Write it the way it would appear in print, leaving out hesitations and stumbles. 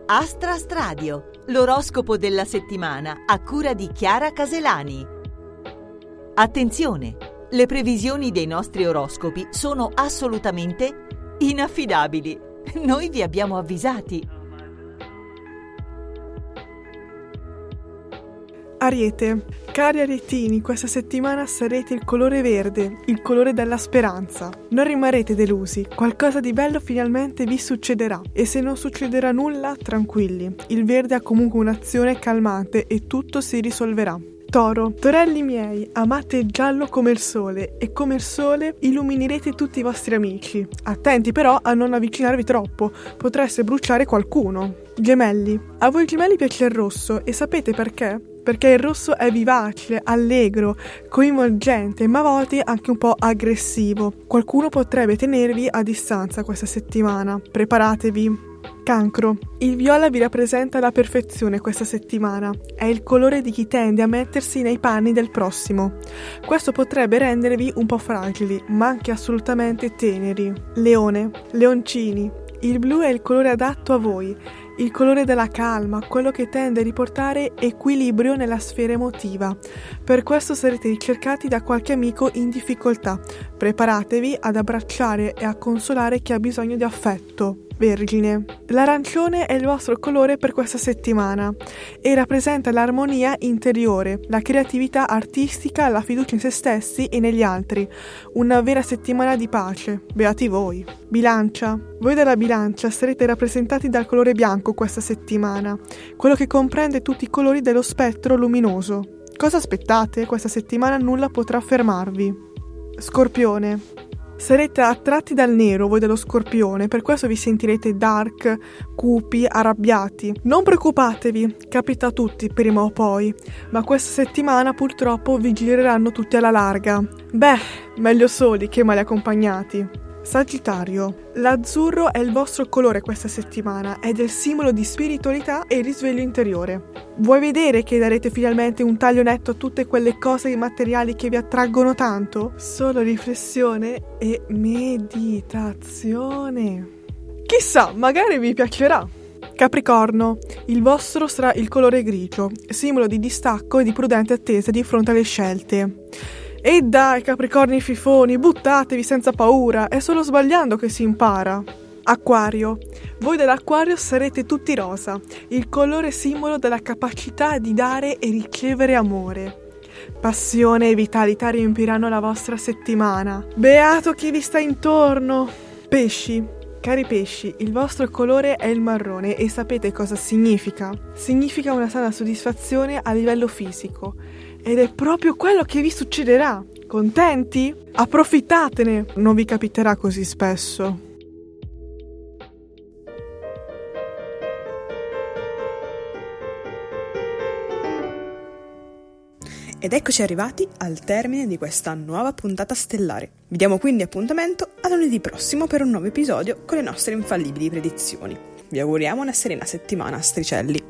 Astrastradio, l'oroscopo della settimana a cura di Chiara Caselani. Attenzione, le previsioni dei nostri oroscopi sono assolutamente inaffidabili. Noi vi abbiamo avvisati. Ariete, cari arietini, questa settimana sarete il colore verde, il colore della speranza. Non rimarrete delusi, qualcosa di bello finalmente vi succederà. E se non succederà nulla, tranquilli, il verde ha comunque un'azione calmante e tutto si risolverà. Toro, torelli miei, amate il giallo come il sole e come il sole illuminerete tutti i vostri amici. Attenti però a non avvicinarvi troppo, potreste bruciare qualcuno. Gemelli, a voi gemelli piace il rosso e sapete perché? Perché il rosso è vivace, allegro, coinvolgente, ma a volte anche un po' aggressivo. Qualcuno potrebbe tenervi a distanza questa settimana. Preparatevi. Cancro. Il viola vi rappresenta la perfezione questa settimana. È il colore di chi tende a mettersi nei panni del prossimo. Questo potrebbe rendervi un po' fragili, ma anche assolutamente teneri. Leone. Leoncini. Il blu è il colore adatto a voi. Il colore della calma, quello che tende a riportare equilibrio nella sfera emotiva. Per questo sarete ricercati da qualche amico in difficoltà. Preparatevi ad abbracciare e a consolare chi ha bisogno di affetto. Vergine. L'arancione è il vostro colore per questa settimana e rappresenta l'armonia interiore, la creatività artistica, la fiducia in se stessi e negli altri. Una vera settimana di pace. Beati voi. Bilancia. Voi della Bilancia sarete rappresentati dal colore bianco questa settimana, quello che comprende tutti i colori dello spettro luminoso. Cosa aspettate? Questa settimana nulla potrà fermarvi. Scorpione. Sarete attratti dal nero voi dello Scorpione, per questo vi sentirete dark, cupi, arrabbiati. Non preoccupatevi, capita a tutti prima o poi, ma questa settimana purtroppo vi gireranno tutti alla larga. Beh, meglio soli che male accompagnati. Sagittario. L'azzurro è il vostro colore questa settimana ed è il simbolo di spiritualità e risveglio interiore. Vuoi vedere che darete finalmente un taglio netto a tutte quelle cose materiali che vi attraggono tanto? Solo riflessione e meditazione. Chissà, magari vi piacerà. Capricorno, il vostro sarà il colore grigio, simbolo di distacco e di prudente attesa di fronte alle scelte. E dai, Capricorni fifoni, buttatevi senza paura, è solo sbagliando che si impara. Acquario. Voi dell'Acquario sarete tutti rosa, il colore simbolo della capacità di dare e ricevere amore. Passione e vitalità riempiranno la vostra settimana. Beato chi vi sta intorno. Pesci. Cari pesci, il vostro colore è il marrone e sapete cosa significa? Significa una sana soddisfazione a livello fisico. Ed è proprio quello che vi succederà. Contenti? Approfittatene! Non vi capiterà così spesso. Ed eccoci arrivati al termine di questa nuova puntata stellare. Vi diamo quindi appuntamento a lunedì prossimo per un nuovo episodio con le nostre infallibili predizioni. Vi auguriamo una serena settimana, astricelli.